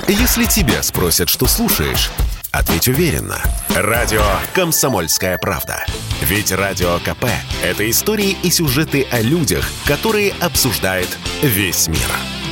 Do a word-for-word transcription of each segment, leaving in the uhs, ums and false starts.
Если тебя спросят, что слушаешь, ответь уверенно. Радио «Комсомольская правда». Ведь Радио КП – это истории и сюжеты о людях, которые обсуждает весь мир.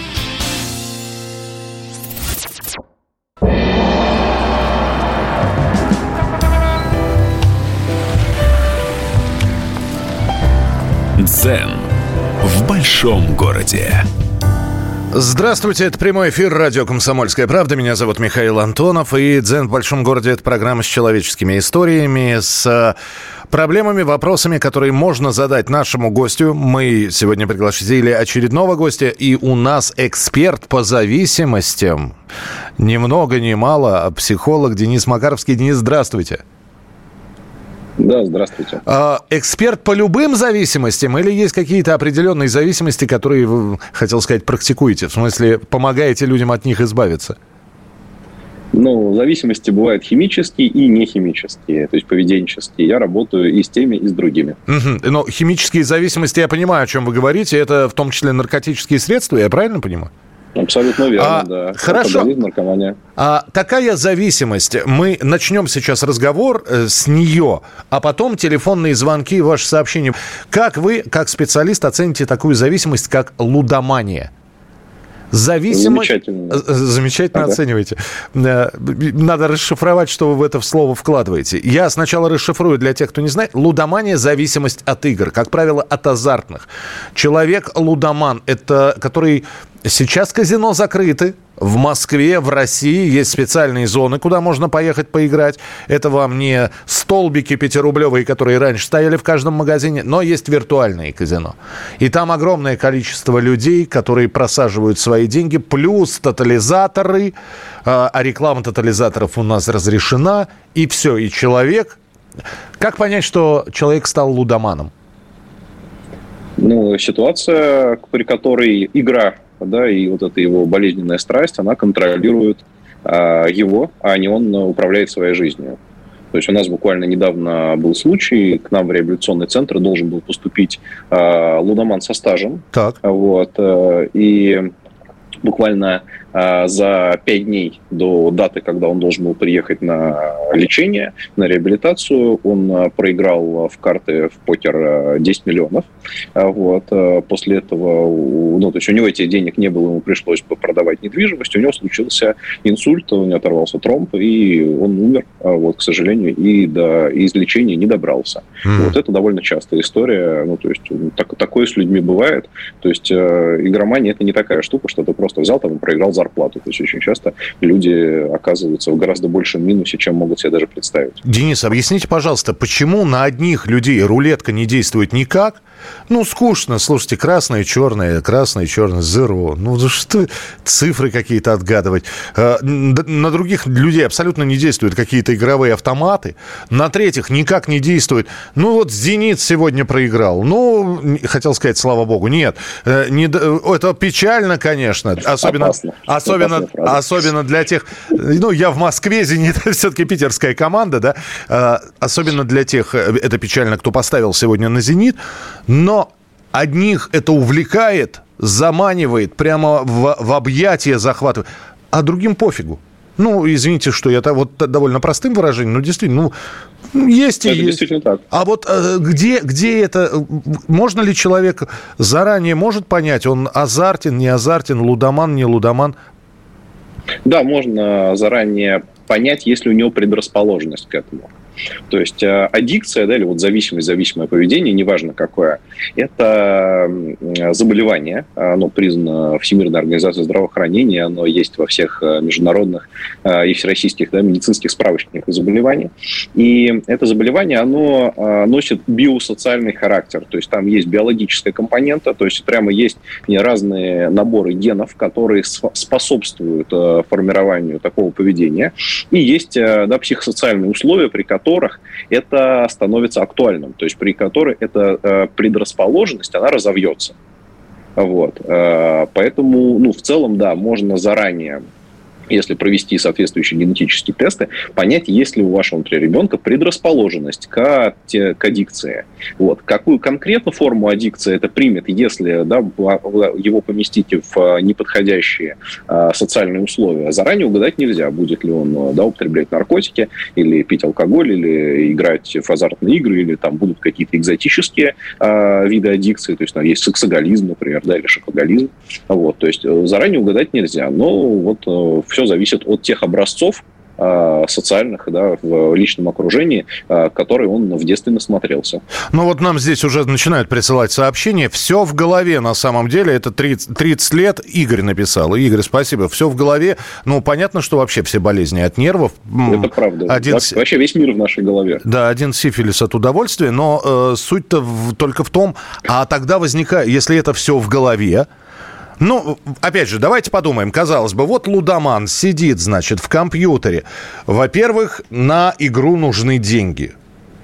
Дзен в большом городе. Здравствуйте, это прямой эфир радио «Комсомольская правда». Меня зовут Михаил Антонов. И «Дзен в большом городе» — это программа с человеческими историями, с проблемами, вопросами, которые можно задать нашему гостю. Мы сегодня пригласили очередного гостя, и у нас эксперт по зависимостям. Ни много ни мало, а психолог Денис Макаровский. Денис, здравствуйте. Да, здравствуйте. А, эксперт по любым зависимостям или есть какие-то определенные зависимости, которые вы, хотел сказать, практикуете? В смысле, помогаете людям от них избавиться? Ну, зависимости бывают химические и нехимические, то есть поведенческие. Я работаю и с теми, и с другими. Угу. Но химические зависимости, я понимаю, о чем вы говорите. Это в том числе наркотические средства, я правильно понимаю? Абсолютно верно, а, да. Хорошо. Алкоголизм, наркомания. А какая зависимость? Мы начнем сейчас разговор э, с нее, а потом телефонные звонки и ваши сообщения. Как вы, как специалист, оцените такую зависимость, как лудомания? Зависимость... Замечательно. Замечательно ага. Оцениваете. Надо расшифровать, что вы в это слово вкладываете. Я сначала расшифрую для тех, кто не знает. Лудомания – зависимость от игр. Как правило, от азартных. Человек-лудоман – это который... Сейчас казино закрыты. В Москве, в России есть специальные зоны, куда можно поехать поиграть. Это вам не столбики пятирублевые, которые раньше стояли в каждом магазине, но есть виртуальные казино. И там огромное количество людей, которые просаживают свои деньги, плюс тотализаторы, а реклама тотализаторов у нас разрешена, и все, и человек... Как понять, что человек стал лудоманом? Ну, ситуация, при которой игра... Да, и вот эта его болезненная страсть, она контролирует а, его, а не он управляет своей жизнью. То есть у нас буквально недавно был случай, к нам в реабилитационный центр должен был поступить а, лудоман со стажем. Так. Вот, а, и буквально а, за пять дней до даты, когда он должен был приехать на лечение, на реабилитацию, он а, проиграл в карты, в покер а, десять миллионов. А, вот, а, после этого, ну, то есть у него этих денег не было, ему пришлось продавать недвижимость, у него случился инсульт, у него оторвался тромб, и он умер, а, вот, к сожалению, и до излечения не добрался. Mm. Вот это довольно частая история, ну, то есть так, такое с людьми бывает. То есть а, игромания – это не такая штука, что ты просто взял там и проиграл зарплату. То есть очень часто люди оказываются в гораздо большем минусе, чем могут себе даже представить. Денис, объясните, пожалуйста, почему на одних людей рулетка не действует никак? Ну, скучно. Слушайте, красное, черное, красное, черное, зеро. Ну, что цифры какие-то отгадывать. На других людей абсолютно не действуют какие-то игровые автоматы. На третьих никак не действует. Ну, вот «Зенит» сегодня проиграл. Ну, хотел сказать, слава богу, нет. Не, это печально, конечно. Особенно, Опасно. особенно, особенно для тех... Ну, я в Москве, «Зенит» все-таки питерская команда, да. Особенно для тех, это печально, кто поставил сегодня на «Зенит». Но одних это увлекает, заманивает, прямо в, в объятия захватывает, а другим пофигу. Ну, извините, что я вот довольно простым выражением, но действительно, ну, есть и это есть. Действительно так. А вот где, где это, можно ли человек заранее может понять, он азартен, не азартен, лудоман, не лудоман? Да, можно заранее понять, если у него предрасположенность к этому. То есть э, аддикция, да, или вот зависимость, зависимое поведение, неважно какое, это э, заболевание, оно признано Всемирной организацией здравоохранения, оно есть во всех э, международных э, и всероссийских, да, медицинских справочниках заболеваний. И это заболевание, оно э, носит биосоциальный характер, то есть там есть биологическая компонента, то есть прямо есть разные наборы генов, которые способствуют э, формированию такого поведения, и есть э, да, психосоциальные условия, при которых это становится актуальным, то есть при которой эта э, предрасположенность, она разовьется. Вот. Э, поэтому, ну, в целом, да, можно заранее если провести соответствующие генетические тесты, понять, есть ли у вашего, например, ребенка предрасположенность к, к аддикции. Вот. Какую конкретно форму аддикции это примет, если да, его поместите в неподходящие а, социальные условия, заранее угадать нельзя, будет ли он да, употреблять наркотики, или пить алкоголь, или играть в азартные игры, или там будут какие-то экзотические а, виды аддикции, то есть там есть сексоголизм, например, да, или шопоголизм. Вот. То есть заранее угадать нельзя, но вот все зависит от тех образцов э, социальных, да, в личном окружении, э, которые он в детстве насмотрелся. Ну вот нам здесь уже начинают присылать сообщения. Все в голове на самом деле. Это тридцать, тридцать лет. Игорь написал. Игорь, спасибо. Все в голове. Ну, понятно, что вообще все болезни от нервов. Это правда. Один... Вообще весь мир в нашей голове. Да, один сифилис от удовольствия. Но э, суть-то в, только в том, а тогда возникает, если это все в голове, ну, опять же, давайте подумаем. Казалось бы, вот лудоман сидит, значит, в компьютере. Во-первых, на игру нужны деньги.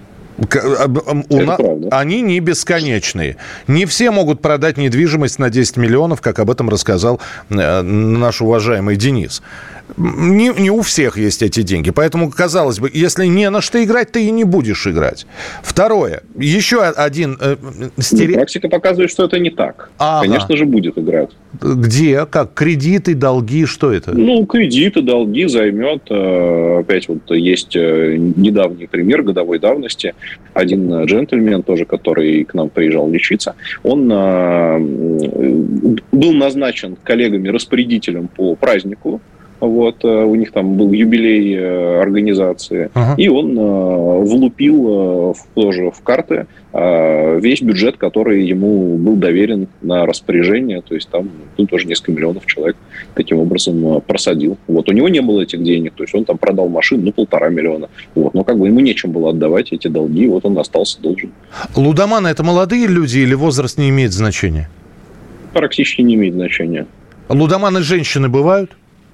У на... Они не бесконечные. Не все могут продать недвижимость на десять миллионов, как об этом рассказал наш уважаемый Денис. Не, не у всех есть эти деньги. Поэтому, казалось бы, если не на что играть, ты и не будешь играть. Второе. Еще один... Э, стере... Практика показывает, что это не так. А-га. Конечно же, будет играть. Где? Как? Кредиты, долги? Что это? Ну, кредиты, долги займет. Опять вот есть недавний пример годовой давности. Один джентльмен тоже, который к нам приезжал лечиться, он был назначен коллегами-распорядителем по празднику. Вот, у них там был юбилей организации, uh-huh. и он э, влупил э, тоже в карты э, весь бюджет, который ему был доверен на распоряжение, то есть там ну, тоже несколько миллионов человек таким образом просадил. Вот, у него не было этих денег, то есть он там продал машину, ну, полтора миллиона, вот, но как бы ему нечем было отдавать эти долги, вот он остался должен. Лудоманы – это молодые люди или возраст не имеет значения? Практически не имеет значения. Лудоманы женщины бывают?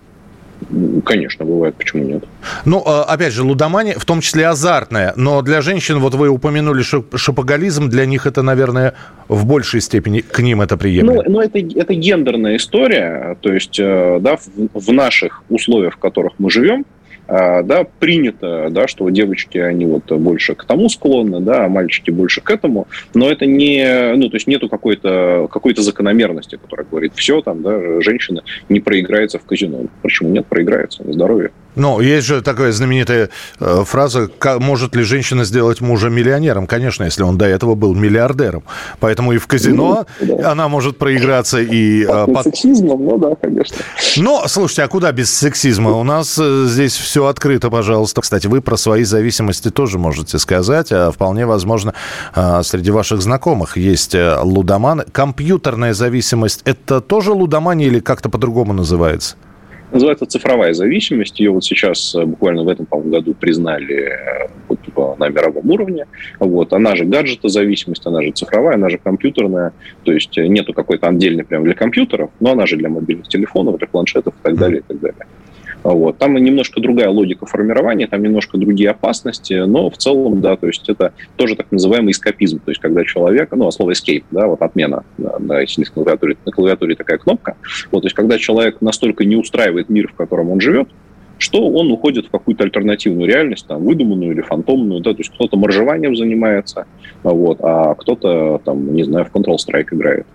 Конечно, бывает, почему нет. Ну, опять же, лудомания, в том числе азартная, но для женщин, вот вы упомянули шопоголизм, для них это, наверное, в большей степени к ним это приемлемо. Ну, ну это, это гендерная история, то есть, да, в, в наших условиях, в которых мы живем, да, принято, да, что девочки, они вот больше к тому склонны, да, а мальчики больше к этому, но это не, ну, то есть нету какой-то, какой-то закономерности, которая говорит, все, там, да, женщина не проиграется в казино. Почему нет? Проиграется на здоровье. Ну, есть же такая знаменитая э, фраза, может ли женщина сделать мужа миллионером? Конечно, если он до этого был миллиардером. Поэтому и в казино ну, да. она может проиграться. И, э, под... сексизмом, ну да, конечно. Но, слушайте, а куда без сексизма? У нас э, здесь все открыто, пожалуйста. Кстати, вы про свои зависимости тоже можете сказать. А вполне возможно, э, среди ваших знакомых есть э, лудоманы. Компьютерная зависимость – это тоже лудомания или как-то по-другому называется? Называется цифровая зависимость. Ее вот сейчас буквально в этом, по-моему, году признали вот, на мировом уровне. Вот. Она же гаджетозависимость, она же цифровая, она же компьютерная. То есть нету какой-то отдельной прямо для компьютеров, но она же для мобильных телефонов, для планшетов и так далее, и так далее. Вот. Там немножко другая логика формирования, там немножко другие опасности, но в целом, да, то есть это тоже так называемый эскапизм, то есть когда человек, ну, слово escape, да, вот отмена, да, да, если на клавиатуре, на клавиатуре такая кнопка, вот, то есть когда человек настолько не устраивает мир, в котором он живет, что он уходит в какую-то альтернативную реальность, там, выдуманную или фантомную, да, то есть кто-то моржеванием занимается, вот, а кто-то, там, не знаю, в Counter-Strike играет.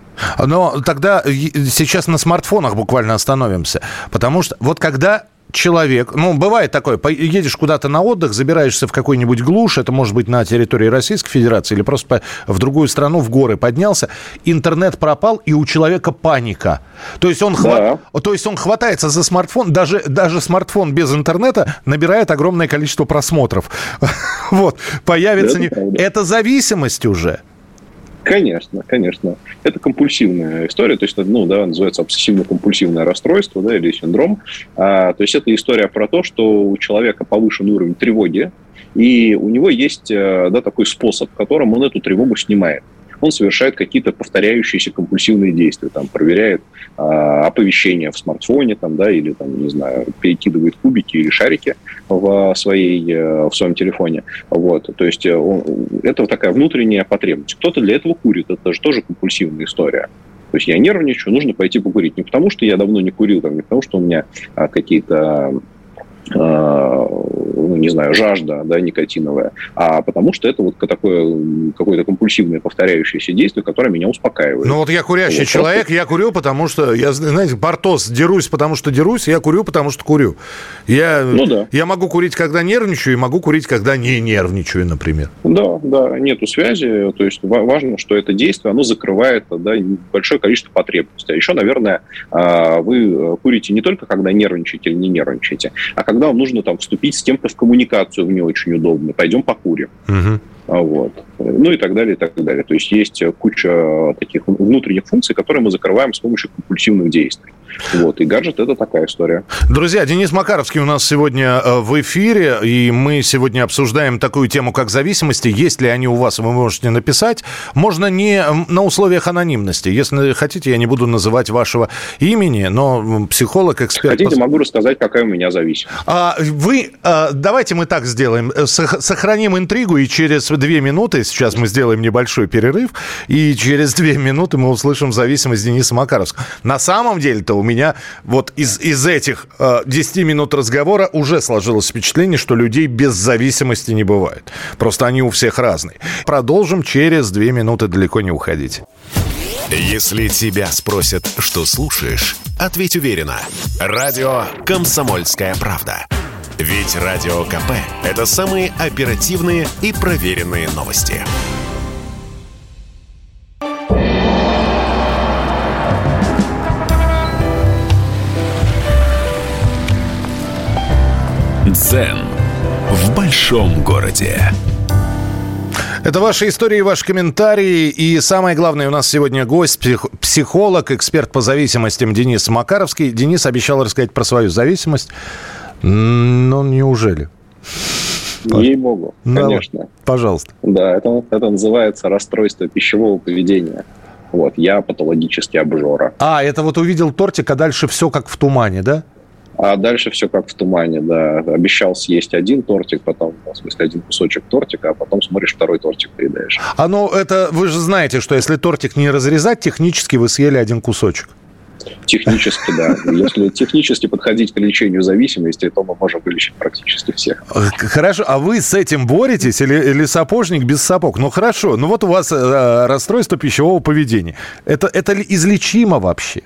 Но тогда сейчас на смартфонах буквально остановимся. Потому что вот когда человек... Ну, бывает такое, едешь куда-то на отдых, забираешься в какой-нибудь глушь, это может быть на территории Российской Федерации или просто в другую страну, в горы поднялся, интернет пропал, и у человека паника. То есть он, да. хва... То есть он хватается за смартфон, даже, даже смартфон без интернета набирает огромное количество просмотров. Вот, появится... Это зависимость уже. Конечно, конечно. Это компульсивная история, то есть, ну, да, называется обсессивно-компульсивное расстройство, да, или синдром. А, то есть это история про то, что у человека повышенный уровень тревоги, и у него есть, да, такой способ, которым он эту тревогу снимает. Он совершает какие-то повторяющиеся компульсивные действия, там, проверяет а, оповещения в смартфоне, там, да, или, там, не знаю, перекидывает кубики или шарики в, своей, в своем телефоне. Вот. То есть он, это такая внутренняя потребность. Кто-то для этого курит, это же тоже компульсивная история. То есть я нервничаю, нужно пойти покурить. Не потому, что я давно не курил, там, не потому, что у меня а, какие-то... ну, не знаю, жажда, да, никотиновая, а потому что это вот такое какое-то компульсивное повторяющееся действие, которое меня успокаивает. Ну вот я курящий вот, человек, просто... я курю, потому что, я, знаете, Портос, дерусь, потому что дерусь, я курю, потому что курю. Я, ну, да. я могу курить, когда нервничаю, и могу курить, когда не нервничаю, например. Да, да, нету связи, то есть важно, что это действие, оно закрывает, да, большое количество потребностей. А еще, наверное, вы курите не только, когда нервничаете или не нервничаете, а когда Когда вам нужно там вступить с кем-то в коммуникацию в не очень удобно, пойдем покурим. Угу. Вот. Ну и так далее, и так далее. То есть есть куча таких внутренних функций, которые мы закрываем с помощью компульсивных действий. Вот. И гаджет – это такая история. Друзья, Денис Макаровский у нас сегодня в эфире, и мы сегодня обсуждаем такую тему, как зависимости. Есть ли они у вас, вы можете написать. Можно не на условиях анонимности. Если хотите, я не буду называть вашего имени, но психолог, эксперт... Хотите, могу рассказать, какая у меня зависимость. А, вы, а, давайте мы так сделаем. Сохраним интригу, и через две минуты, сейчас мы сделаем небольшой перерыв, и через две минуты мы услышим зависимость Дениса Макаровского. На самом деле-то у меня вот из, из этих э, десяти минут разговора уже сложилось впечатление, что людей без зависимости не бывает. Просто они у всех разные. Продолжим через две минуты, далеко не уходите. Если тебя спросят, что слушаешь, ответь уверенно. Радио «Комсомольская правда». Ведь Радио КП – это самые оперативные и проверенные новости. Дзен в большом городе. Это ваши истории, ваши комментарии. И самое главное, у нас сегодня гость, псих, психолог, эксперт по зависимостям Денис Макаровский. Денис обещал рассказать про свою зависимость. Ну, неужели? Ей-богу, конечно. Да, пожалуйста. Да, это, это называется расстройство пищевого поведения. Вот, я патологический обжора. А, это вот увидел тортик, а дальше все как в тумане, да? А дальше все как в тумане, да. Обещал съесть один тортик, потом, в смысле, один кусочек тортика, а потом смотришь, второй тортик поедаешь. А ну, это вы же знаете, что если тортик не разрезать, технически вы съели один кусочек. Технически, да. Если технически подходить к лечению зависимости, то мы можем вылечить практически всех. Хорошо, а вы с этим боретесь или, или сапожник без сапог? Ну хорошо, ну вот у вас э, расстройство пищевого поведения. Это, это ли излечимо вообще?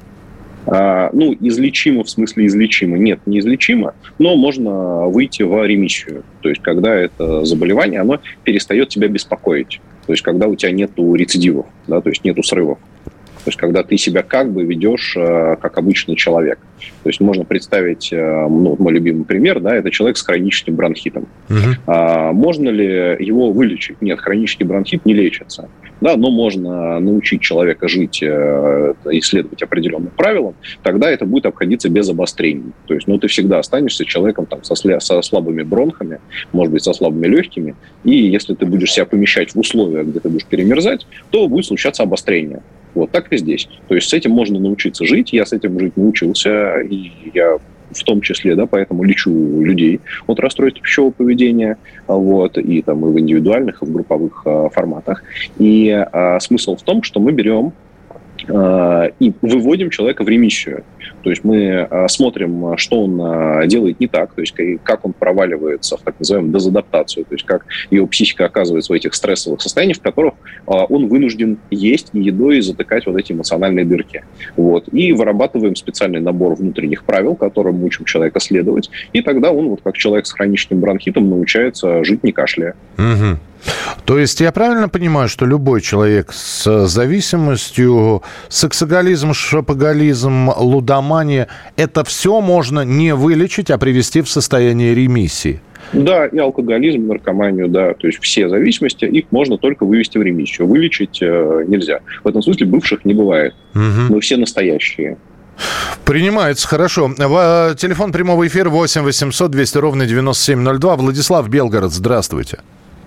А, ну, излечимо в смысле излечимо. Нет, не излечимо, но можно выйти в ремиссию. То есть, когда это заболевание, оно перестает тебя беспокоить. То есть, когда у тебя нету рецидивов, да, то есть нету срывов. То есть, когда ты себя как бы ведешь э, как обычный человек. То есть, можно представить, э, ну, мой любимый пример, да, это человек с хроническим бронхитом. Uh-huh. А, можно ли его вылечить? Нет, хронический бронхит не лечится. Да, но можно научить человека жить, э, исследовать определенным правилам, тогда это будет обходиться без обострений. То есть, ну, ты всегда останешься человеком там, со, сля- со слабыми бронхами, может быть, со слабыми легкими, и если ты будешь себя помещать в условия, где ты будешь перемерзать, то будет случаться обострение. Вот так и здесь. То есть с этим можно научиться жить. Я с этим жить научился, и я в том числе, да, поэтому лечу людей от расстройств пищевого поведения, вот, и там и в индивидуальных, и в групповых а, форматах. И а, смысл в том, что мы берем а, и выводим человека в ремиссию. То есть мы а, смотрим, что он а, делает не так, то есть как он проваливается в так называемую дезадаптацию, то есть как его психика оказывается в этих стрессовых состояниях, в которых а, он вынужден есть и едой затыкать вот эти эмоциональные дырки. Вот. И вырабатываем специальный набор внутренних правил, которым мы учим человека следовать, и тогда он, вот как человек с хроническим бронхитом, научается жить не кашляя. Угу. То есть я правильно понимаю, что любой человек с зависимостью, сексоголизм, шопоголизм, лудомания, это все можно не вылечить, а привести в состояние ремиссии? Да, и алкоголизм, и наркоманию, да. То есть все зависимости, их можно только вывести в ремиссию. Вылечить э, нельзя. В этом смысле бывших не бывает. Угу. Мы все настоящие. Принимается, хорошо. Телефон прямого эфира восемь восемьсот двести ровно девяносто семь ноль два. Владислав, Белгород, здравствуйте.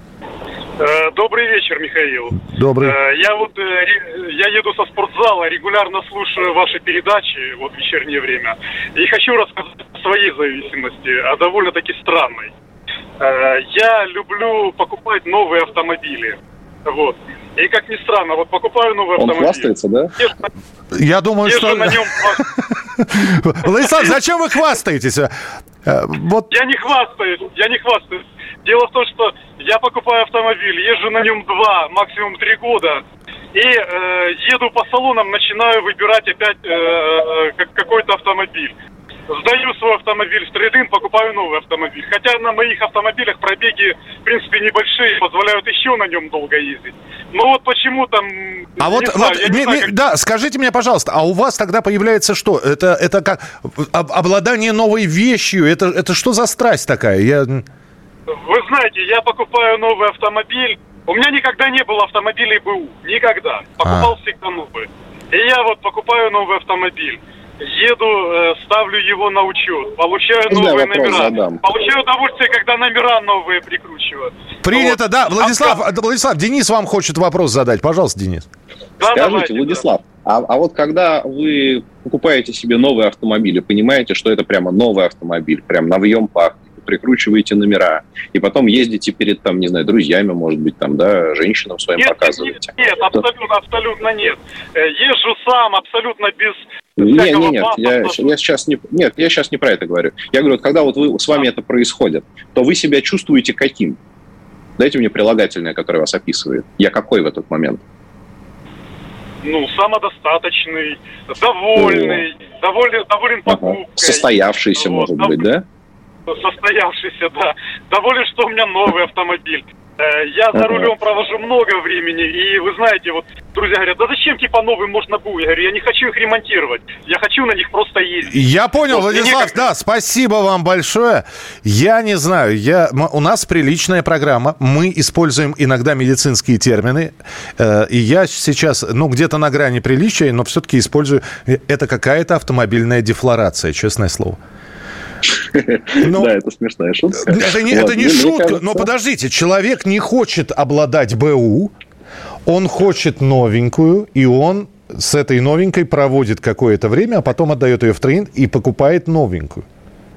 Добрый вечер, Михаил. Добрый. Я вот я еду со спортзала, регулярно слушаю ваши передачи вот в вечернее время. И хочу рассказать о своей зависимости, о довольно-таки странной. Я люблю покупать новые автомобили. Вот. И, как ни странно, вот покупаю новый Он автомобиль. Он хвастается, да? Я думаю, Езжу что... на нем... Владислав, зачем вы хвастаетесь? Вот... Я не хвастаюсь, я не хвастаюсь. Дело в том, что я покупаю автомобиль, езжу на нем два, максимум три года. И э, еду по салонам, начинаю выбирать опять э, какой-то автомобиль. Сдаю свой автомобиль в трейд-ин, покупаю новый автомобиль. Хотя на моих автомобилях пробеги, в принципе, небольшие, позволяют еще на нем долго ездить. Но вот почему там... А вот, знаю, вот не, знаю, не, как... да, скажите мне, пожалуйста, а у вас тогда появляется что? Это, это как обладание новой вещью? Это, это что за страсть такая? Я... Вы знаете, я покупаю новый автомобиль. У меня никогда не было автомобилей БУ. Никогда. Покупал а. всегда новые. И я вот покупаю новый автомобиль. Еду, э, ставлю его на учет, получаю да, новые номера. Задам. Получаю удовольствие, когда номера новые прикручиваю. Принято, вот. Да. Владислав, а, Владислав, Денис вам хочет вопрос задать. Пожалуйста, Денис. Да, Скажите, давайте, Владислав, да. а, а вот когда вы покупаете себе новый автомобиль и понимаете, что это прямо новый автомобиль, прям навьем пахнет, прикручиваете номера, и потом ездите перед, там, не знаю, друзьями, может быть, там, да, женщинам своим нет, показываете. Нет, нет, абсолютно, абсолютно нет. Езжу сам, абсолютно без... Нет, нет, нет, я, я сейчас не, нет, я сейчас не про это говорю. Я говорю, вот когда вот вы, с вами это происходит, то вы себя чувствуете каким? Дайте мне прилагательное, которое вас описывает. Я какой в этот момент? Ну, самодостаточный, довольный, О. доволен, доволен покупкой. Ага. Состоявшийся, вот, может дов... быть, да? Состоявшийся, да. Доволен, что у меня новый автомобиль. Я за рулем провожу много времени, и вы знаете, вот друзья говорят, да зачем типа новым можно будет? Я говорю, я не хочу их ремонтировать, я хочу на них просто ездить. Я понял, вот, Владислав, не... да, спасибо вам большое. Я не знаю, я, у нас приличная программа, мы используем иногда медицинские термины, э, и я сейчас, ну, где-то на грани приличия, но все-таки использую, это какая-то автомобильная дефлорация, честное слово. Но, да, это смешная шутка. Это не, вот, это не шутка, кажется... но подождите, человек не хочет обладать БУ, он хочет новенькую, и он с этой новенькой проводит какое-то время, а потом отдает ее в трейд и покупает новенькую.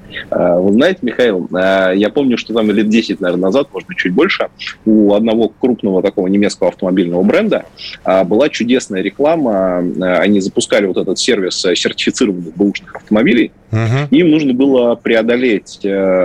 Вы знаете, Михаил, я помню, что там лет десять, наверное, назад, может быть, чуть больше, у одного крупного такого немецкого автомобильного бренда была чудесная реклама. Они запускали вот этот сервис сертифицированных бэушных автомобилей. Uh-huh. Им нужно было преодолеть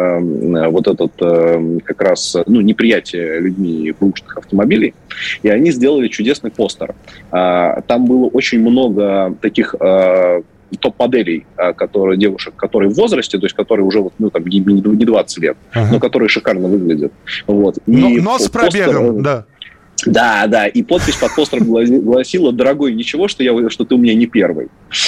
вот этот как раз ну, неприятие людьми бэушных автомобилей. И они сделали чудесный постер. Там было очень много таких... топ-моделей, которые, девушек, которые в возрасте, то есть которые уже вот, ну, там, не двадцать лет, uh-huh. но которые шикарно выглядят. Вот. Но, но с пробегом, постер, да. Да, да, и подпись под постером гласила: «Дорогой, ничего, что, я, что ты у меня не первый».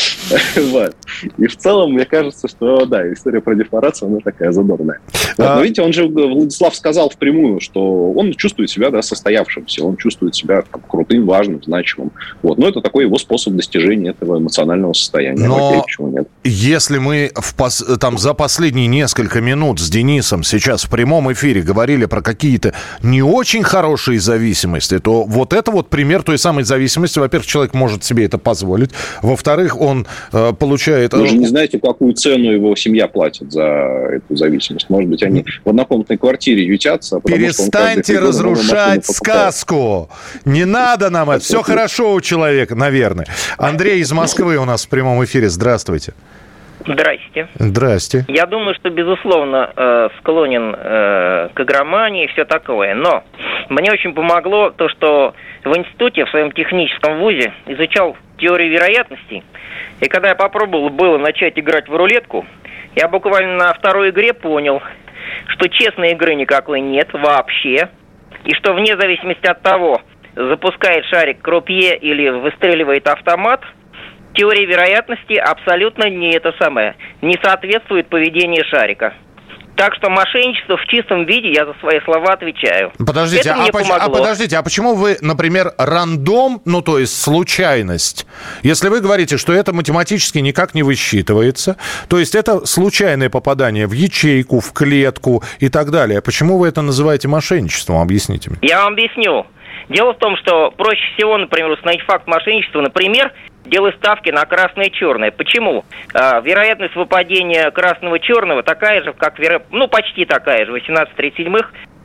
Вот. И в целом, мне кажется, что, да, история про дефлорацию, она такая задорная. Вот. Но видите, он же, Владислав, сказал впрямую, что он чувствует себя, да, состоявшимся, он чувствует себя там, крутым, важным, значимым. Вот. Но это такой его способ достижения этого эмоционального состояния. Но окей, почему нет? Если мы в пос... там, за последние несколько минут с Денисом сейчас в прямом эфире говорили про какие-то не очень хорошие зависимости, то вот это вот пример той самой зависимости. Во-первых, человек может себе это позволить. Во-вторых, он э, получает... Вы же не знаете, какую цену его семья платит за эту зависимость. Может быть, они в однокомнатной квартире ютятся. Перестаньте разрушать сказку. Не надо нам это. Все хорошо у человека, наверное. Андрей из Москвы у нас в прямом эфире. Здравствуйте. Здрасте. Здрасте. Я думаю, что, безусловно, э, склонен э, к игромании и все такое. Но мне очень помогло то, что в институте, в своем техническом вузе, изучал теорию вероятностей. И когда я попробовал было начать играть в рулетку, я буквально на второй игре понял, что честной игры никакой нет вообще. И что вне зависимости от того, запускает шарик крупье или выстреливает автомат, теория вероятности абсолютно не это самое, не соответствует поведению шарика. Так что мошенничество в чистом виде, я за свои слова отвечаю. Подождите, а, поч- а подождите, а почему вы, например, рандом, ну то есть случайность, если вы говорите, что это математически никак не высчитывается, то есть это случайное попадание в ячейку, в клетку и так далее, почему вы это называете мошенничеством? Объясните мне. Я вам объясню. Дело в том, что проще всего, например, установить факт мошенничества, например, делая ставки на красное и черное. Почему? А, вероятность выпадения красного и черного такая же, как, веро... ну, почти такая же, восемнадцать тридцать семь,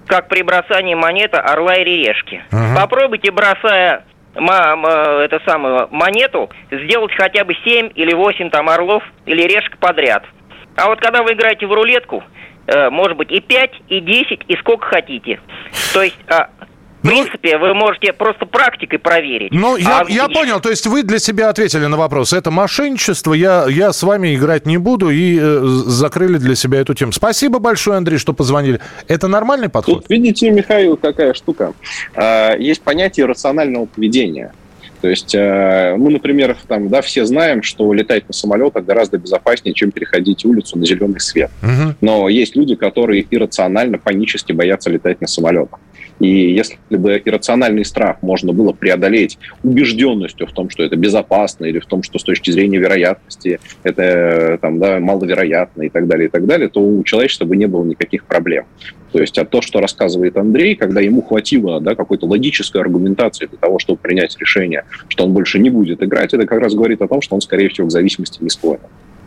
как при бросании монеты орла или решки. Uh-huh. Попробуйте, бросая м- это самую монету, сделать хотя бы семь или восемь там орлов или решек подряд. А вот когда вы играете в рулетку, э, может быть и пять, и десять, и сколько хотите. То есть... Э, В ну, принципе, вы можете просто практикой проверить. Ну, я, а я здесь... понял. То есть вы для себя ответили на вопрос. Это мошенничество, я, я с вами играть не буду, и э, закрыли для себя эту тему. Спасибо большое, Андрей, что позвонили. Это нормальный подход? Тут, видите, Михаил, какая штука. Есть понятие рационального поведения. То есть мы, например, там, да, все знаем, что летать на самолетах гораздо безопаснее, чем переходить улицу на зеленый свет. Угу. Но есть люди, которые иррационально, панически боятся летать на самолетах. И если бы иррациональный страх можно было преодолеть убежденностью в том, что это безопасно, или в том, что с точки зрения вероятности это там, да, маловероятно и так далее, и так далее, то у человечества бы не было никаких проблем. То есть а то, что рассказывает Андрей, когда ему хватило, да, какой-то логической аргументации для того, чтобы принять решение, что он больше не будет играть, это как раз говорит о том, что он, скорее всего, к зависимости не склонен.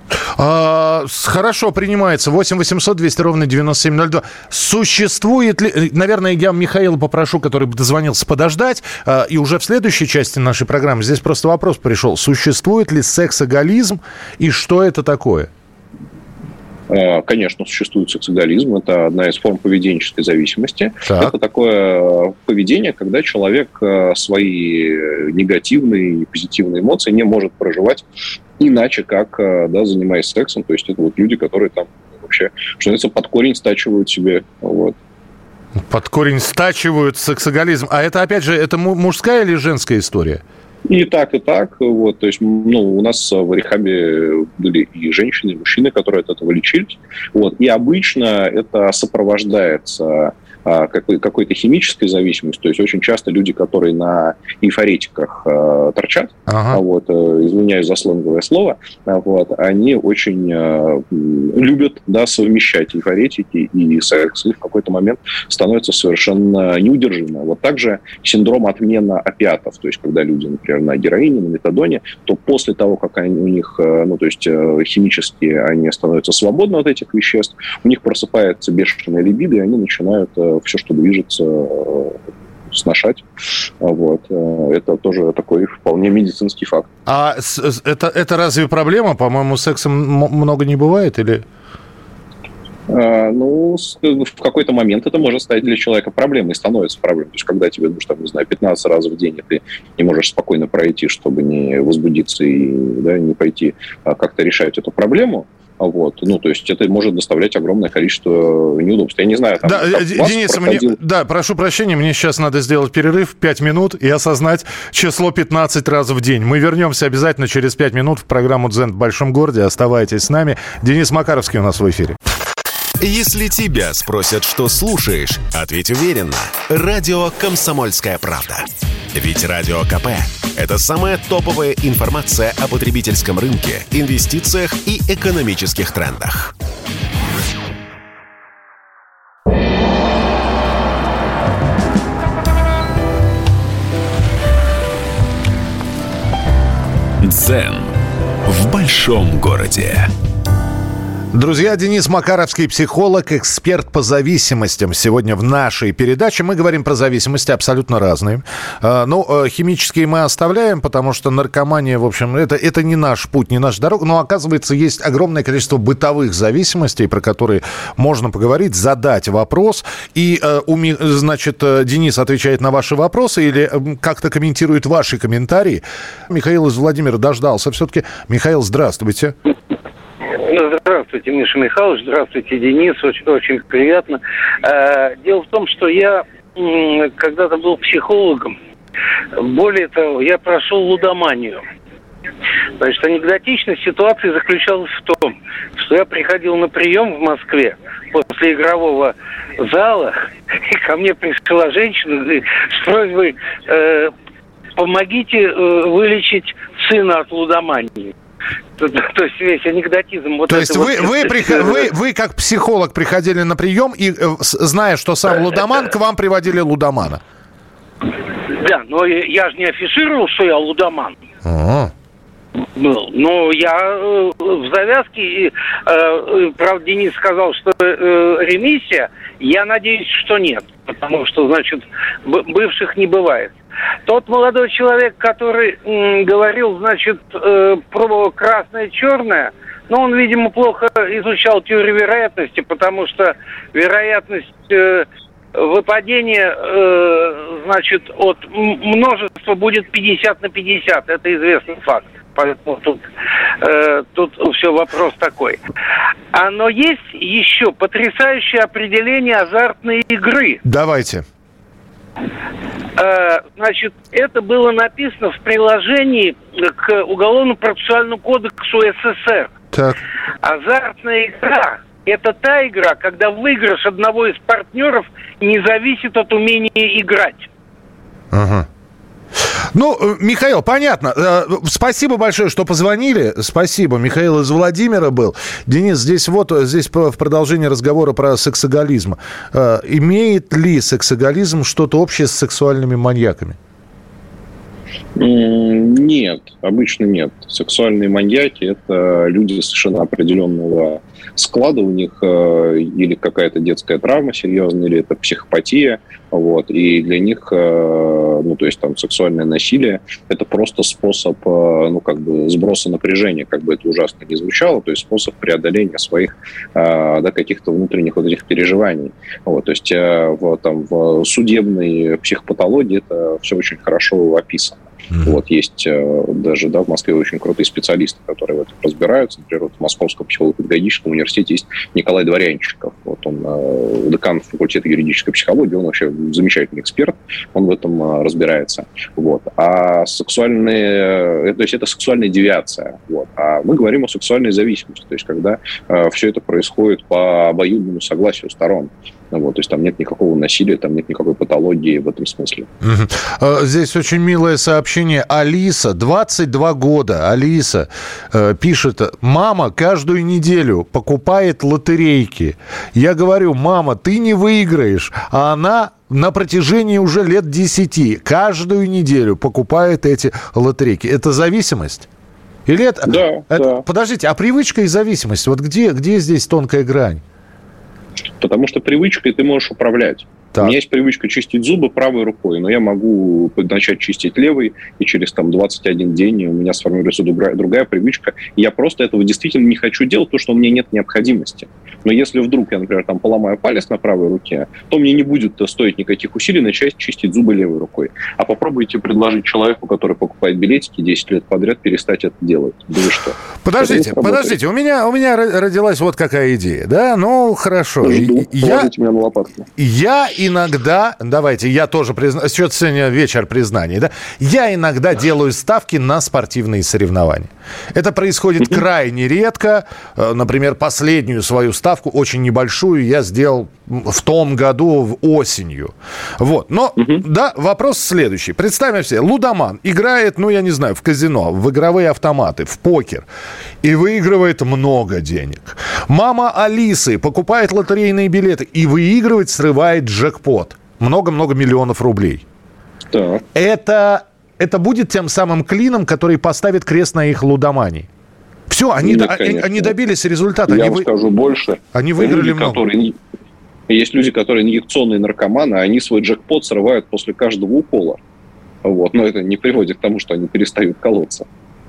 А, хорошо, принимается. восемь восемьсот двести ровно девяносто семь ноль два. Существует ли... Наверное, я Михаила попрошу, который бы дозвонился, подождать. А, и уже в следующей части нашей программы здесь просто вопрос пришел. Существует ли сексоголизм и что это такое? Конечно, существует сексоголизм. Это одна из форм поведенческой зависимости. Так. Это такое поведение, когда человек свои негативные и позитивные эмоции не может проживать иначе, как, да, занимаясь сексом. То есть это вот люди, которые там вообще, что называется, под корень стачивают себе. Вот. Под корень стачивают сексоголизм. А это, опять же, это мужская или женская история? И так, и так. Вот, то есть, ну, у нас в рехабе были и женщины, и мужчины, которые от этого лечились. Вот, и обычно это сопровождается а, какой- какой-то химической зависимостью. То есть очень часто люди, которые на эйфоретиках а, торчат, ага. вот, а, извиняюсь за сленговое слово, а, вот, они очень а, любят, да, совмещать эйфоретики и секс. И в какой-то момент становится совершенно неудержимо. Вот также синдром отмены опиатов. То есть когда люди, например, на героине, на метадоне, то после того, как они, у них, ну, то есть химически они становятся свободны от этих веществ, у них просыпается бешеная либидо, и они начинают все, что движется, сношать. Вот. Это тоже такой вполне медицинский факт. А это, это разве проблема? По-моему, секса много не бывает, или... Ну, в какой-то момент это может стать для человека проблемой, и становится проблемой. То есть, когда тебе, ну, там, не знаю, пятнадцать раз в день, и ты не можешь спокойно пройти, чтобы не возбудиться и, да, не пойти как-то решать эту проблему, вот, ну, то есть это может доставлять огромное количество неудобств. Я не знаю, там... Да, Денис, проходил... мне, да, прошу прощения, мне сейчас надо сделать перерыв пять минут и осознать число пятнадцать раз в день. Мы вернемся обязательно через пять минут в программу «Дзен в большом городе». Оставайтесь с нами. Денис Макаровский у нас в эфире. Если тебя спросят, что слушаешь, ответь уверенно. Радио «Комсомольская правда». Ведь Радио КП – это самая топовая информация о потребительском рынке, инвестициях и экономических трендах. Дзен в большом городе. Друзья, Денис Макаровский, психолог, эксперт по зависимостям. Сегодня в нашей передаче мы говорим про зависимости абсолютно разные. Ну, химические мы оставляем, потому что наркомания, в общем, это, это не наш путь, не наша дорога. Но, оказывается, есть огромное количество бытовых зависимостей, про которые можно поговорить, задать вопрос. И, значит, Денис отвечает на ваши вопросы или как-то комментирует ваши комментарии. Михаил из Владимира дождался все-таки. Михаил, здравствуйте. Здравствуйте, Миша Михайлович, здравствуйте, Денис, очень, очень приятно. Дело в том, что я когда-то был психологом, более того, я прошел лудоманию. Значит, анекдотичность ситуации заключалась в том, что я приходил на прием в Москве после игрового зала, и ко мне пришла женщина с просьбой э, «помогите э, вылечить сына от лудомании». То, то есть весь анекдотизм. Вот то есть вы, вот, вы, приход... вы, вы как психолог приходили на прием и, зная, что сам лудоман, к вам приводили лудомана? Да, но я же не афишировал, что я лудоман. А-а-а. Был. Но я э, в завязке, э, э, правда, Денис сказал, что э, ремиссия, Я надеюсь, что нет, потому что, значит, бывших не бывает. Тот молодой человек, который м, говорил, значит, э, про красное-черное, ну, он, видимо, плохо изучал теорию вероятности, потому что вероятность э, выпадения, э, значит, от множества будет пятьдесят на пятьдесят. Это известный факт. Поэтому тут, э, тут все вопрос такой. А, но есть еще потрясающее определение азартной игры. Давайте. Э, значит, это было написано в приложении к Уголовно-процессуальному кодексу СССР. Так. Азартная игра – это та игра, когда выигрыш одного из партнеров не зависит от умения играть. Ага. Ну, Михаил, понятно. Спасибо большое, что позвонили. Спасибо. Михаил из Владимира был. Денис, здесь вот, здесь в продолжении разговора про сексоголизм. Имеет ли сексоголизм что-то общее с сексуальными маньяками? Нет, обычно нет. Сексуальные маньяки – это люди совершенно определенного склада. У них э, или какая-то детская травма серьезная, или это психопатия. Вот, и для них, э, ну, то есть там сексуальное насилие – это просто способ, э, ну, как бы сброса напряжения, как бы это ужасно не звучало, то есть способ преодоления своих, э, да, каких-то внутренних вот этих переживаний. Вот, то есть э, в, там, в судебной психопатологии это все очень хорошо описано. Mm-hmm. Вот, есть э, даже, да, в Москве очень крутые специалисты, которые в этом разбираются. Например, вот в Московском психолого-педагогическом университете есть Николай Дворянчиков. Вот он э, декан факультета юридической психологии, он вообще замечательный эксперт, он в этом э, разбирается. Вот. А сексуальные, э, то есть это сексуальная девиация. Вот. А мы говорим о сексуальной зависимости, то есть когда э, все это происходит по обоюдному согласию сторон. Вот, то есть там нет никакого насилия, там нет никакой патологии в этом смысле. Угу. Здесь очень милое сообщение. Алиса, двадцать два года. Алиса э, пишет: мама каждую неделю покупает лотерейки. Я говорю: мама, ты не выиграешь. А она на протяжении уже лет десяти каждую неделю покупает эти лотерейки. Это зависимость? Или это... Да, это... да. Подождите, а привычка и зависимость? Вот где, где здесь тонкая грань? Потому что привычкой ты можешь управлять. Так. У меня есть привычка чистить зубы правой рукой, но я могу начать чистить левой, и через там, двадцать один день у меня сформируется другая, другая привычка. И я просто этого действительно не хочу делать, потому что у меня нет необходимости. Но если вдруг я, например, там, поломаю палец на правой руке, то мне не будет стоить никаких усилий начать чистить зубы левой рукой. А попробуйте предложить человеку, который покупает билетики десять лет подряд, перестать это делать. Да вы что? Подождите, подождите. У меня, у меня родилась вот какая идея. Да, ну, хорошо. Жду. Я, Положите меня на лопатку. Я иногда, давайте, я тоже признаюсь, что сегодня вечер признаний, да, я иногда делаю ставки на спортивные соревнования. Это происходит uh-huh. крайне редко. Например, последнюю свою ставку, очень небольшую, я сделал в том году в осенью. Вот. Но, uh-huh. да, вопрос следующий. Представим себе, лудоман играет, ну, я не знаю, в казино, в игровые автоматы, в покер, и выигрывает много денег. Мама Алисы покупает лотерейные билеты и выигрывает, срывает джекпот. Много-много миллионов рублей. Так. Это, это будет тем самым клином, который поставит крест на их лудомании. Все, они, Нет, они, они добились результата. Я они вам вы... скажу больше. Они выиграли люди, много. Которые... Есть люди, которые инъекционные наркоманы, они свой джекпот срывают после каждого укола. Вот. Но это не приводит к тому, что они перестают колоться.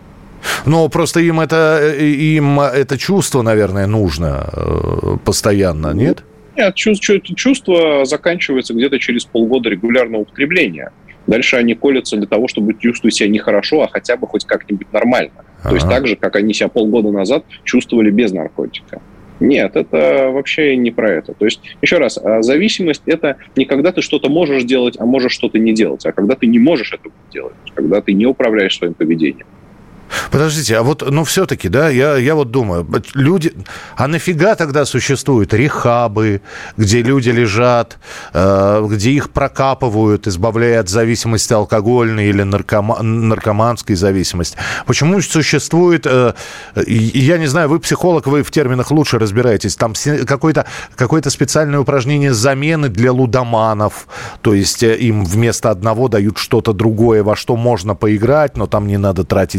Но просто им это, им это чувство, наверное, нужно постоянно, нет? Нет, чувство, чувство заканчивается где-то через полгода регулярного употребления. Дальше они колятся для того, чтобы чувствовать себя не хорошо, а хотя бы хоть как-нибудь нормально. А-а-а. То есть так же, как они себя полгода назад чувствовали без наркотика. Нет, это вообще не про это. То есть, еще раз, зависимость – это не когда ты что-то можешь делать, а можешь что-то не делать, а когда ты не можешь этого делать, когда ты не управляешь своим поведением. Подождите, а вот, ну, все-таки, да, я, я вот думаю, люди, а нафига тогда существуют рехабы, где люди лежат, э, где их прокапывают, избавляя от зависимости алкогольной или наркома- наркоманской зависимости? Почему существует, э, я не знаю, вы психолог, вы в терминах лучше разбираетесь, там какое-то, какое-то специальное упражнение замены для лудоманов, то есть им вместо одного дают что-то другое, во что можно поиграть, но там не надо тратить денег.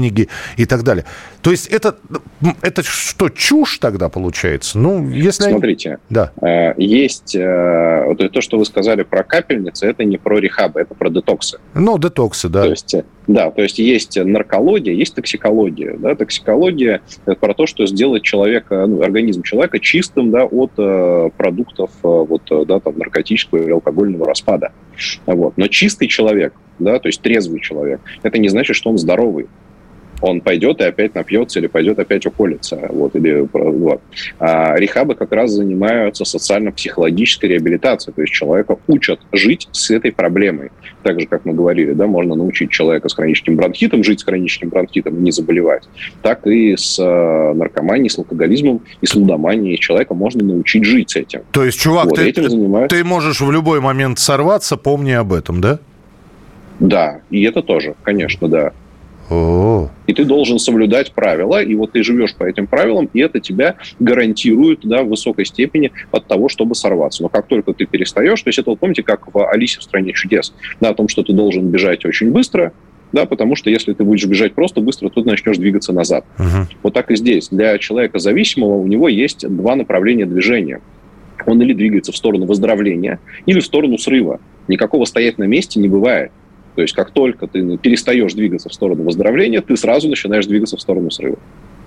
книги и так далее. То есть это, это что, чушь тогда получается? Ну, если... Смотрите, да. есть то, что вы сказали про капельницы, это не про рехабы, это про детоксы. Ну, детоксы, да. То есть, да, то есть есть наркология, есть токсикология. Да? Токсикология – это про то, что сделать человека, ну, организм человека чистым, да, от э, продуктов э, вот, да, там, наркотического или алкогольного распада. Вот. Но чистый человек, да, то есть трезвый человек, это не значит, что он здоровый. Он пойдет и опять напьется или пойдет опять уколется. Вот, или, вот. А рехабы как раз занимаются социально-психологической реабилитацией. То есть человека учат жить с этой проблемой. Так же, как мы говорили, да, можно научить человека с хроническим бронхитом жить с хроническим бронхитом и не заболевать. Так и с наркоманией, с алкоголизмом и с лудоманией человека можно научить жить с этим. То есть, чувак, вот, ты, этим занимаются... ты можешь в любой момент сорваться, помни об этом, да? Да, и это тоже, конечно, да. О-о-о. И ты должен соблюдать правила, и вот ты живешь по этим правилам, и это тебя гарантирует, да, в высокой степени от того, чтобы сорваться. Но как только ты перестаешь, то есть это, вот помните, как в «Алисе в стране чудес», да, о том, что ты должен бежать очень быстро, да, потому что если ты будешь бежать просто быстро, то ты начнешь двигаться назад. Uh-huh. Вот так и здесь. Для человека зависимого у него есть два направления движения. Он или двигается в сторону выздоровления, или в сторону срыва. Никакого стоять на месте не бывает. То есть как только ты перестаешь двигаться в сторону выздоровления, ты сразу начинаешь двигаться в сторону срыва.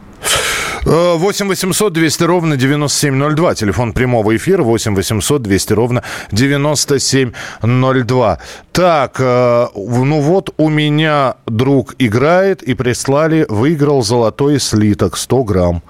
восемь восемьсот двести ровно девяносто семь ноль два. Телефон прямого эфира восемь восемьсот двести ровно девяносто семь ноль два. Так, ну вот у меня друг играет и прислали, выиграл золотой слиток сто грамм.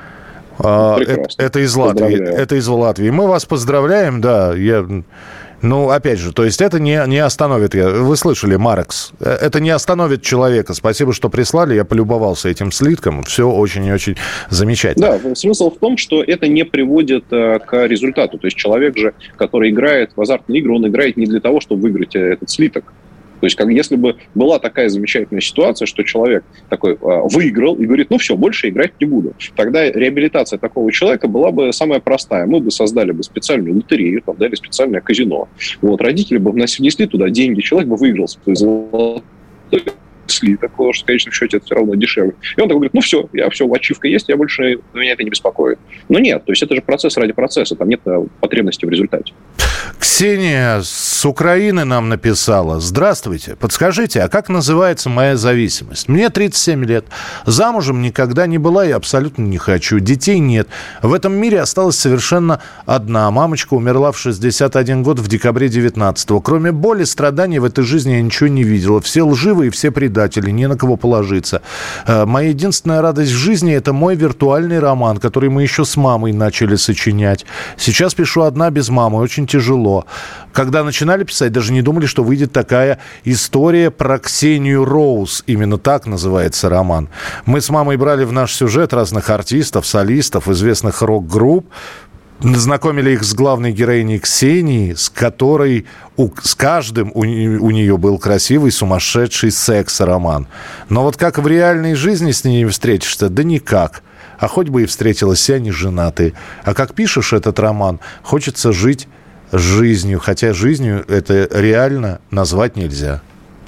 Это, это из Латвии. Это из Латвии. Мы вас поздравляем, да. Я... Ну, опять же, то есть это не, не остановит, вы слышали, Марекс, это не остановит человека. Спасибо, что прислали, я полюбовался этим слитком, все очень и очень замечательно. Да, смысл в том, что это не приводит э, к результату. То есть человек же, который играет в азартные игры, он играет не для того, чтобы выиграть этот слиток. То есть, как если бы была такая замечательная ситуация, что человек такой э, выиграл и говорит, ну все, больше играть не буду. Тогда реабилитация такого человека была бы самая простая. Мы бы создали бы специальную лотерею, там, да, или специальное казино. Вот, родители бы внесли туда деньги, человек бы выиграл свой золотой слиток, потому что в конечном счете это все равно дешевле. И он такой говорит, ну все, я все, ачивка есть, я больше, меня это не беспокоит. Но нет, то есть это же процесс ради процесса, там нет потребности в результате. Ксения с Украины нам написала. Здравствуйте, подскажите, а как называется моя зависимость? Мне тридцать семь лет, замужем никогда не была и абсолютно не хочу, детей нет. В этом мире осталась совершенно одна. Мамочка умерла в шестьдесят один год в декабре девятнадцатого. Кроме боли, страданий в этой жизни я ничего не видела. Все лживые, все предатели, не на кого положиться. Моя единственная радость в жизни – это мой виртуальный роман, который мы еще с мамой начали сочинять. Сейчас пишу одна без мамы, очень тяжело. Когда начинали писать, даже не думали, что выйдет такая история про Ксению Роуз. Именно так называется роман. Мы с мамой брали в наш сюжет разных артистов, солистов, известных рок-групп, знакомили их с главной героиней Ксенией, с которой у, с каждым у, у нее был красивый, сумасшедший секс-роман. Но вот как в реальной жизни с ней встретишься? Да никак. А хоть бы и встретилась, все они женатые. А как пишешь этот роман, хочется жить жизнью, хотя жизнью это реально назвать нельзя.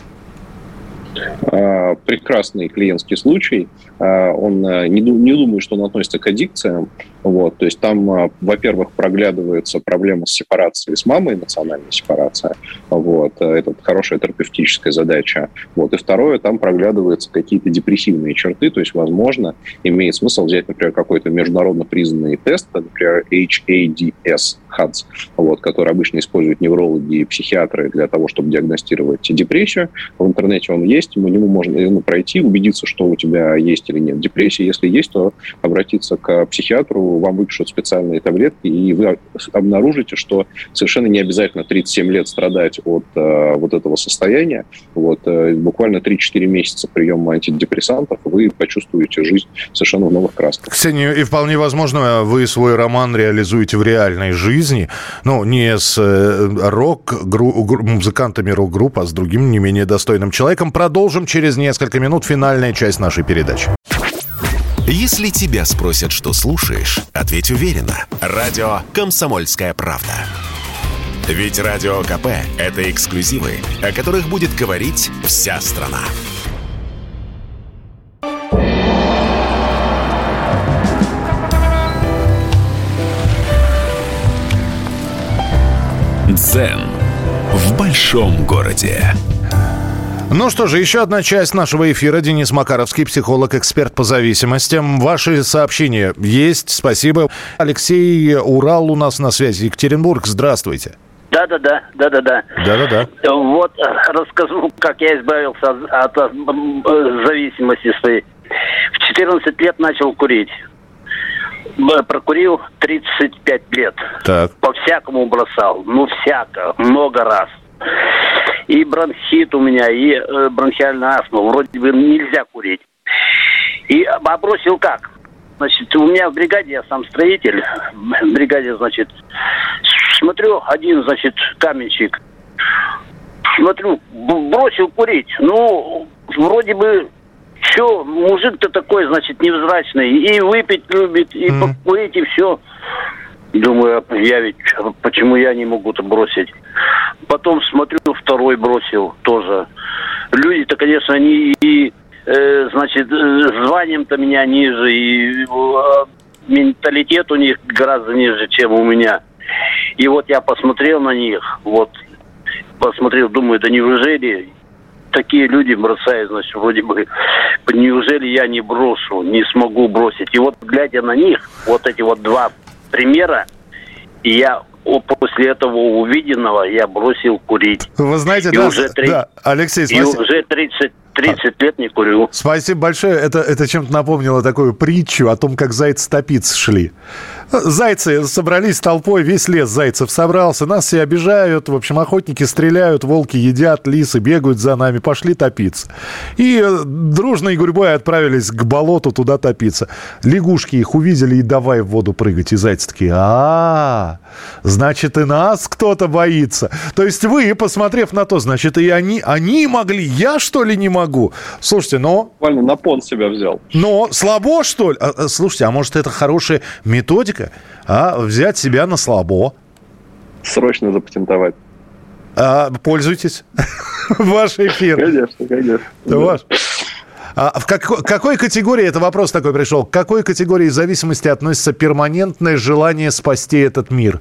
Прекрасный клиентский случай. Он не, не думаю, что он относится к аддикциям. Вот. То есть там, во-первых, проглядывается проблема с сепарацией с мамой, эмоциональная сепарация. Вот. Это хорошая терапевтическая задача. Вот. И второе, там проглядываются какие-то депрессивные черты. То есть, возможно, имеет смысл взять, например, какой-то международно признанный тест, например, эйч эй ди эс, хадс, вот, который обычно используют неврологи и психиатры для того, чтобы диагностировать депрессию. В интернете он есть, по нему можно пройти, убедиться, что у тебя есть или нет депрессии. Если есть, то обратиться к психиатру, вам выпишут специальные таблетки, и вы обнаружите, что совершенно не обязательно тридцать семь лет страдать от э, вот этого состояния. Вот, э, буквально три-четыре месяца приема антидепрессантов, вы почувствуете жизнь совершенно в новых красках. Ксения, и вполне возможно, вы свой роман реализуете в реальной жизни, ну, не с э, рок, гру, музыкантами рок-групп, а с другим не менее достойным человеком. Продолжим через несколько минут, финальная часть нашей передачи. Если тебя спросят, что слушаешь, ответь уверенно. Радио «Комсомольская правда». Ведь Радио КП – это эксклюзивы, о которых будет говорить вся страна. Дзен в большом городе. Ну что же, еще одна часть нашего эфира. Денис Макаровский, психолог, эксперт по зависимостям. Ваши сообщения есть, спасибо. Алексей, Урал у нас на связи. Екатеринбург, здравствуйте. Да-да-да, да-да-да. Да-да-да. Вот расскажу, как я избавился от, от, от зависимости своей. В четырнадцать лет начал курить. Прокурил тридцать пять лет. Так. По-всякому бросал. Ну, всяко. Много раз. И бронхит у меня, и э, бронхиальная астма. Вроде бы нельзя курить. И а бросил как? Значит, у меня в бригаде, я сам строитель. В бригаде, значит, смотрю, один, значит, каменщик. Смотрю, бросил курить. Ну, вроде бы... Все, мужик-то такой, значит, невзрачный. И выпить любит, и mm. покурить, и все. Думаю, я ведь, почему я не могу-то бросить? Потом смотрю, второй бросил тоже. Люди-то, конечно, они и, э, значит, званием-то меня ниже, и э, менталитет у них гораздо ниже, чем у меня. И вот я посмотрел на них, вот, посмотрел, думаю, да неужели... Такие люди бросают, значит, вроде бы, неужели я не брошу, не смогу бросить. И вот, глядя на них, вот эти вот два примера, и я после этого увиденного, я бросил курить. Вы знаете, и да, уже три... да, Алексей, и уже тридцать, тридцать лет не курю. Спасибо большое. Это, это чем-то напомнило такую притчу о том, как зайцы-топицы шли. Зайцы собрались толпой, весь лес зайцев собрался, нас все обижают, в общем, охотники стреляют, волки едят, лисы бегают за нами, пошли топиться. И дружной гурьбой отправились к болоту туда топиться. Лягушки их увидели и давай в воду прыгать, и зайцы такие: а, значит, и нас кто-то боится. То есть вы, посмотрев на то, значит, и они, они могли, я что ли не могу? Слушайте, но... Буквально на понт себя взял. Но слабо, что ли? А, слушайте, а может, это хорошая методика? А взять себя на слабо. Срочно запатентовать. А, пользуйтесь. Ваш эфир. Конечно, конечно. Это ваш. А в как, какой категории, это вопрос такой пришел, к какой категории зависимости относится перманентное желание спасти этот мир?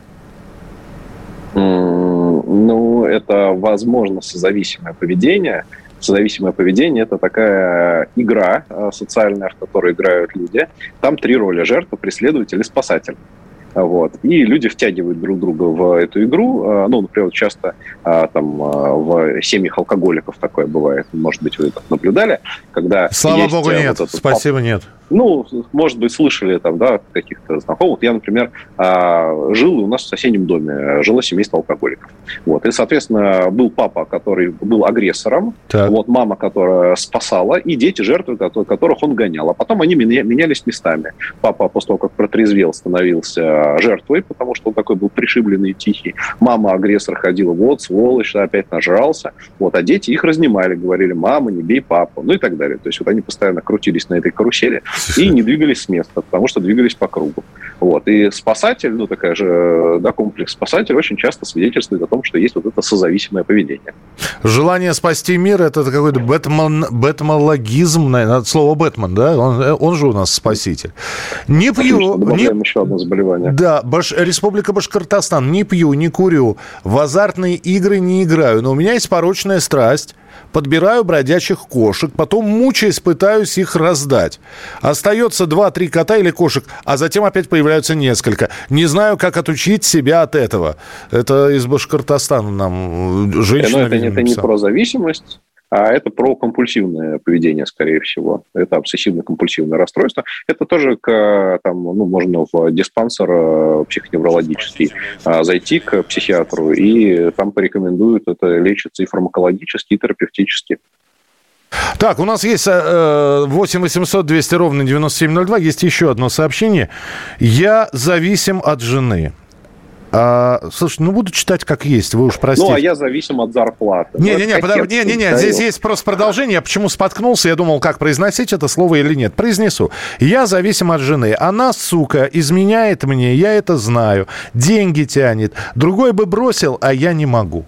Mm, ну, это, возможно, созависимое поведение. Созависимое поведение – это такая игра социальная, в которой играют люди. Там три роли – жертва, преследователь и спасатель. Вот. И люди втягивают друг друга в эту игру. Ну, например, часто там в семьях алкоголиков такое бывает. Может быть, вы это наблюдали. Когда Слава есть богу, нет. Вот Спасибо, пап... нет. Ну, может быть, слышали там, да, каких-то знакомых. Я, например, жил у нас в соседнем доме, жило семейство алкоголиков. Вот. И, соответственно, был папа, который был агрессором, так. Вот, мама, которая спасала, и дети, жертвы, которых он гонял. А потом они менялись местами. Папа после того, как протрезвел, становился жертвой, потому что он такой был пришибленный и тихий. Мама, агрессор, ходила: вот, сволочь, опять нажрался. Вот. А дети их разнимали, говорили: мама, не бей папу, ну и так далее. То есть вот они постоянно крутились на этой карусели и не двигались с места, потому что двигались по кругу. Вот. И спасатель, ну такая же, да, комплекс спасатель очень часто свидетельствует о том, что есть вот это созависимое поведение. Желание спасти мир — это какой-то бэтмен, бэтмологизм, наверное, слово Бэтмен, да? Он, он же у нас спаситель. Не пью... Добавляем не... еще одно заболевание. Да, Баш... Республика Башкортостан. Не пью, не курю, в азартные игры не играю, но у меня есть порочная страсть. Подбираю бродячих кошек, потом, мучаясь, пытаюсь их раздать. Остается два-три кота или кошек, а затем опять появляются несколько. Не знаю, как отучить себя от этого. Это из Башкортостана нам женщина... Но это, это не про зависимость, а это про компульсивное поведение, скорее всего. Это обсессивно-компульсивное расстройство. Это тоже, к, там, ну, можно в диспансер психоневрологический зайти к психиатру, и там порекомендуют это лечиться и фармакологически, и терапевтически. Так, у нас есть э, восемь восемьсот двести ровно девяносто семь ноль два. Есть еще одно сообщение. Я зависим от жены. А, слушай, ну буду читать как есть, вы уж простите. Ну, а я зависим от зарплаты. Не-не-не, подав... не, не, не, здесь есть просто продолжение. Я почему споткнулся, я думал, как произносить это слово или нет. Произнесу. Я зависим от жены. Она, сука, изменяет мне, я это знаю. Деньги тянет. Другой бы бросил, а я не могу.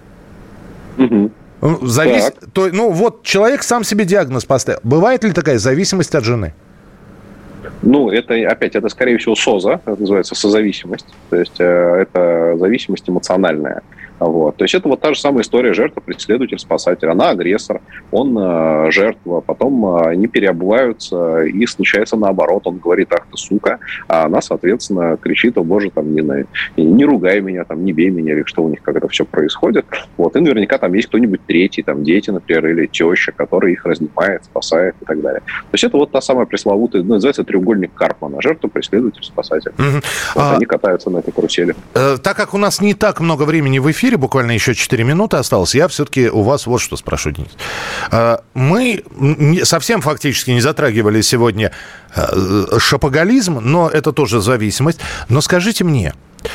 Угу. Завис... То, ну, вот человек сам себе диагноз поставил. Бывает ли такая зависимость от жены? Ну, это, опять, это, скорее всего, СОЗа, это называется созависимость, то есть э, это зависимость эмоциональная. Вот. То есть это вот та же самая история: жертва, преследователь, спасатель. Она агрессор, он э, жертва, потом э, они переобуваются, и случается наоборот. Он говорит: ах ты, сука, а она, соответственно, кричит: о боже, там, не, не, не ругай меня, там, не бей меня, или что у них, как это все происходит. Вот. И наверняка там есть кто-нибудь третий, там, дети, например, или теща, который их разнимает, спасает и так далее. То есть это вот та самая пресловутая, ну, называется треугольник Карпмана: жертва, преследователь, спасатель. Mm-hmm. Вот а... Они катаются на этой карусели. Э, так как у нас не так много времени в эфире, буквально еще четыре минуты осталось, я все-таки у вас вот что спрошу, Денис. Мы совсем фактически не затрагивали сегодня шопоголизм, но это тоже зависимость. Но скажите мне,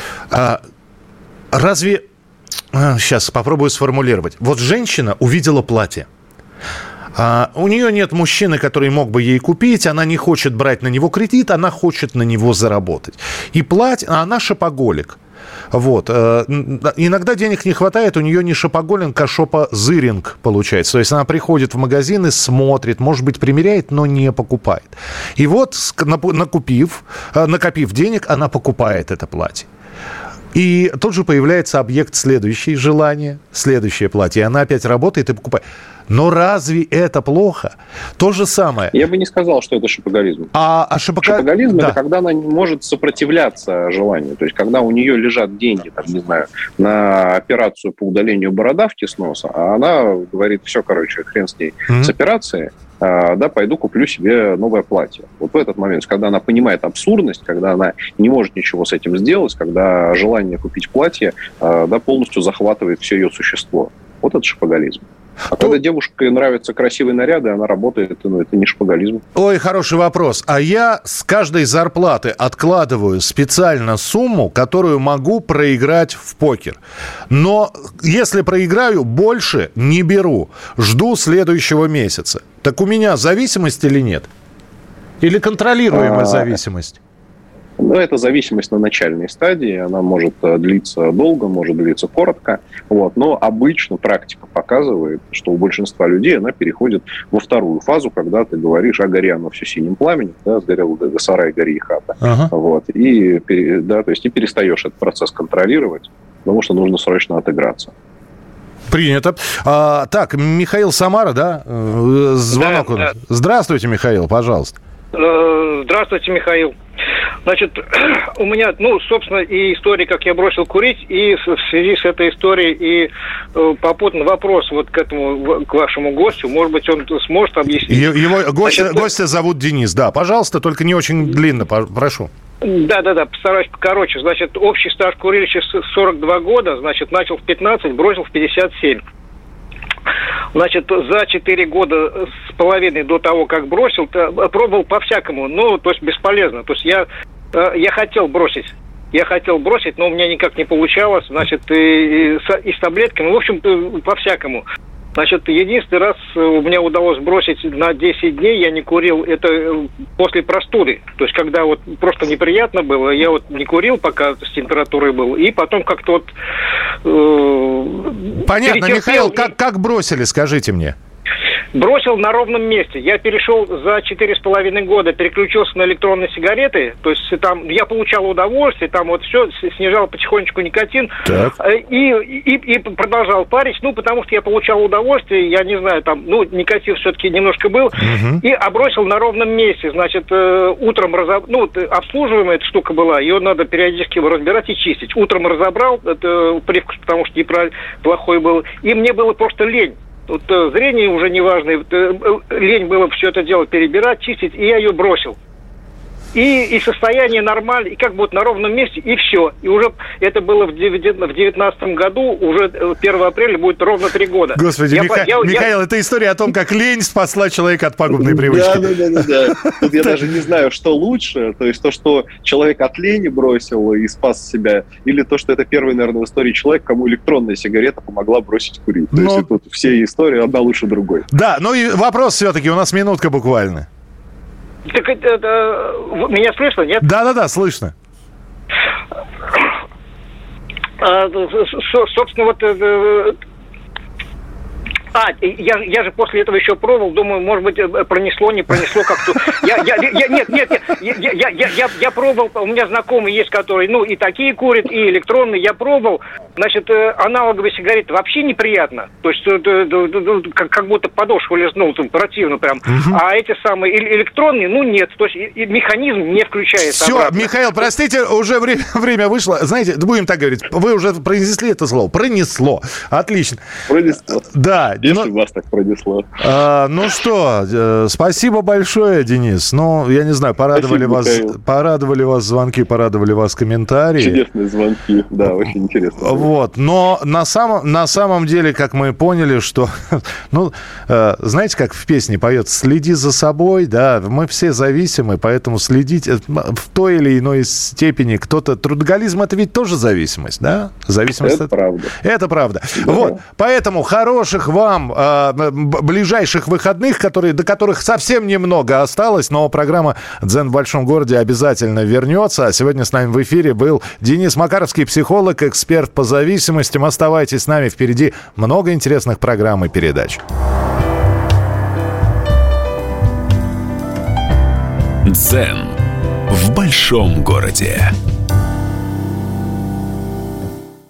разве... Сейчас попробую сформулировать. Вот женщина увидела платье. А у нее нет мужчины, который мог бы ей купить, она не хочет брать на него кредит, она хочет на него заработать. И платье, а она шопоголик. Вот. Иногда денег не хватает, у нее не шопоголинг, а шопозыринг получается. То есть она приходит в магазин и смотрит, может быть, примеряет, но не покупает. И вот, накупив, накопив денег, она покупает это платье. И тут же появляется объект следующее желание, следующее платье. И она опять работает и покупает. Но разве это плохо? То же самое. Я бы не сказал, что это шопоголизм. А, а шопока... Шопоголизм да. – это когда она не может сопротивляться желанию. То есть, когда у нее лежат деньги, там, не знаю, на операцию по удалению бородавки с носа, а она говорит: все, короче, хрен с ней, mm-hmm. с операцией, да, пойду куплю себе новое платье. Вот в этот момент, когда она понимает абсурдность, когда она не может ничего с этим сделать, когда желание купить платье, да, полностью захватывает все ее существо. Вот это шопоголизм. А когда девушке нравятся красивые наряды, она работает, ну, это не шопоголизм. Ой, хороший вопрос. А я с каждой зарплаты откладываю специально сумму, которую могу проиграть в покер. Но если проиграю, больше не беру. Жду следующего месяца. Так у меня зависимость или нет? Или контролируемая а... зависимость? Ну, это зависимость на начальной стадии, она может длиться долго, может длиться коротко, вот. Но обычно практика показывает, что у большинства людей она переходит во вторую фазу, когда ты говоришь: а гори оно все синим пламенем, да, сгорел сарай, гори и хата, ага. вот. и, да, то есть, и перестаешь этот процесс контролировать, потому что нужно срочно отыграться. Принято. А, так, Михаил, Самара, да? Звонок да, у нас. Да. Здравствуйте, Михаил, пожалуйста. Здравствуйте, Михаил. Значит, у меня, ну, собственно, и история, как я бросил курить, и в связи с этой историей, и э, попутный вопрос вот к этому, к вашему гостю, может быть, он сможет объяснить. Его гостя, Значит, гостя зовут Денис, да, пожалуйста, только не очень длинно, прошу. Да-да-да, постараюсь покороче. Значит, общий стаж курильщика сорок два года, значит, начал в пятнадцать, бросил в пятьдесят семь. Значит, за четыре года с половиной до того, как бросил, пробовал по-всякому, ну, то есть бесполезно. То есть я, я хотел бросить, я хотел бросить, но у меня никак не получалось, значит, и, и, и с таблетками, в общем, по-всякому. Значит, единственный раз у меня удалось бросить на десять дней, я не курил, это после простуды. То есть, когда вот просто неприятно было, я вот не курил, пока с температурой был, и потом как-то вот... Э, Понятно, перетерпел. Михаил, как, как бросили, скажите мне? Бросил на ровном месте. Я перешел за четыре с половиной года, переключился на электронные сигареты. То есть там я получал удовольствие, там вот все, снижал потихонечку никотин. И, и, и продолжал парить, ну, потому что я получал удовольствие, я не знаю, там, ну, никотин все-таки немножко был. Угу. И обросил на ровном месте. Значит, утром разобрал, ну, обслуживаемая эта штука была, ее надо периодически разбирать и чистить. Утром разобрал, это привкус, потому что неправильно, плохой был. И мне было просто лень. Тут зрение уже не важно, лень было все это дело перебирать, чистить, и я ее бросил. И, и состояние нормально, и как бы вот на ровном месте, и все. И уже это было в девятнадцатом году, уже первого апреля будет ровно три года. Господи, я, Миха... я, Михаил, я... это история о том, как лень спасла человека от пагубной привычки. Да, да, да, да. Тут я даже не знаю, что лучше. То есть то, что человек от лени бросил и спас себя, или то, что это первый, наверное, в истории человек, кому электронная сигарета помогла бросить курить. То но... есть тут все истории одна лучше другой. Да, ну и вопрос все-таки, у нас минутка буквально. Так это, это, меня слышно, нет? Да-да-да, слышно. А, собственно, вот А, я, я же после этого еще пробовал, думаю, может быть, пронесло, не пронесло как-то. Я, я, я, нет, нет, я, я, я, я, я пробовал, у меня знакомые есть, которые, ну, и такие курят, и электронные, я пробовал. Значит, аналоговые сигареты вообще неприятно. То есть, как, как будто подошву лизнул, там, противно прям. Угу. А эти самые электронные, ну, нет. То есть, и механизм не включается. Все, обратно. Михаил, простите, уже время, время вышло. Знаете, будем так говорить, вы уже произнесли это слово. Пронесло. Отлично. Пронесло. Да. Если ну, вас так пронесло. А, ну что, э, спасибо большое, Денис. Ну, я не знаю, порадовали вас, порадовали вас звонки, порадовали вас комментарии. Чудесные звонки, да, очень интересно. Вот, но на самом, на самом деле, как мы поняли, что, ну, э, знаете, как в песне поется, следи за собой, да, мы все зависимы, поэтому следить в той или иной степени кто-то... Трудоголизм — это ведь тоже зависимость, да? Зависимость это от... правда. Это правда. Да. Вот, поэтому хороших вам э, ближайших выходных, которые, до которых совсем немного осталось, но программа «Дзен в большом городе» обязательно вернется. А сегодня с нами в эфире был Денис Макаровский, психолог, эксперт по зависимостям. Оставайтесь с нами, впереди много интересных программ и передач. «Дзен в большом городе».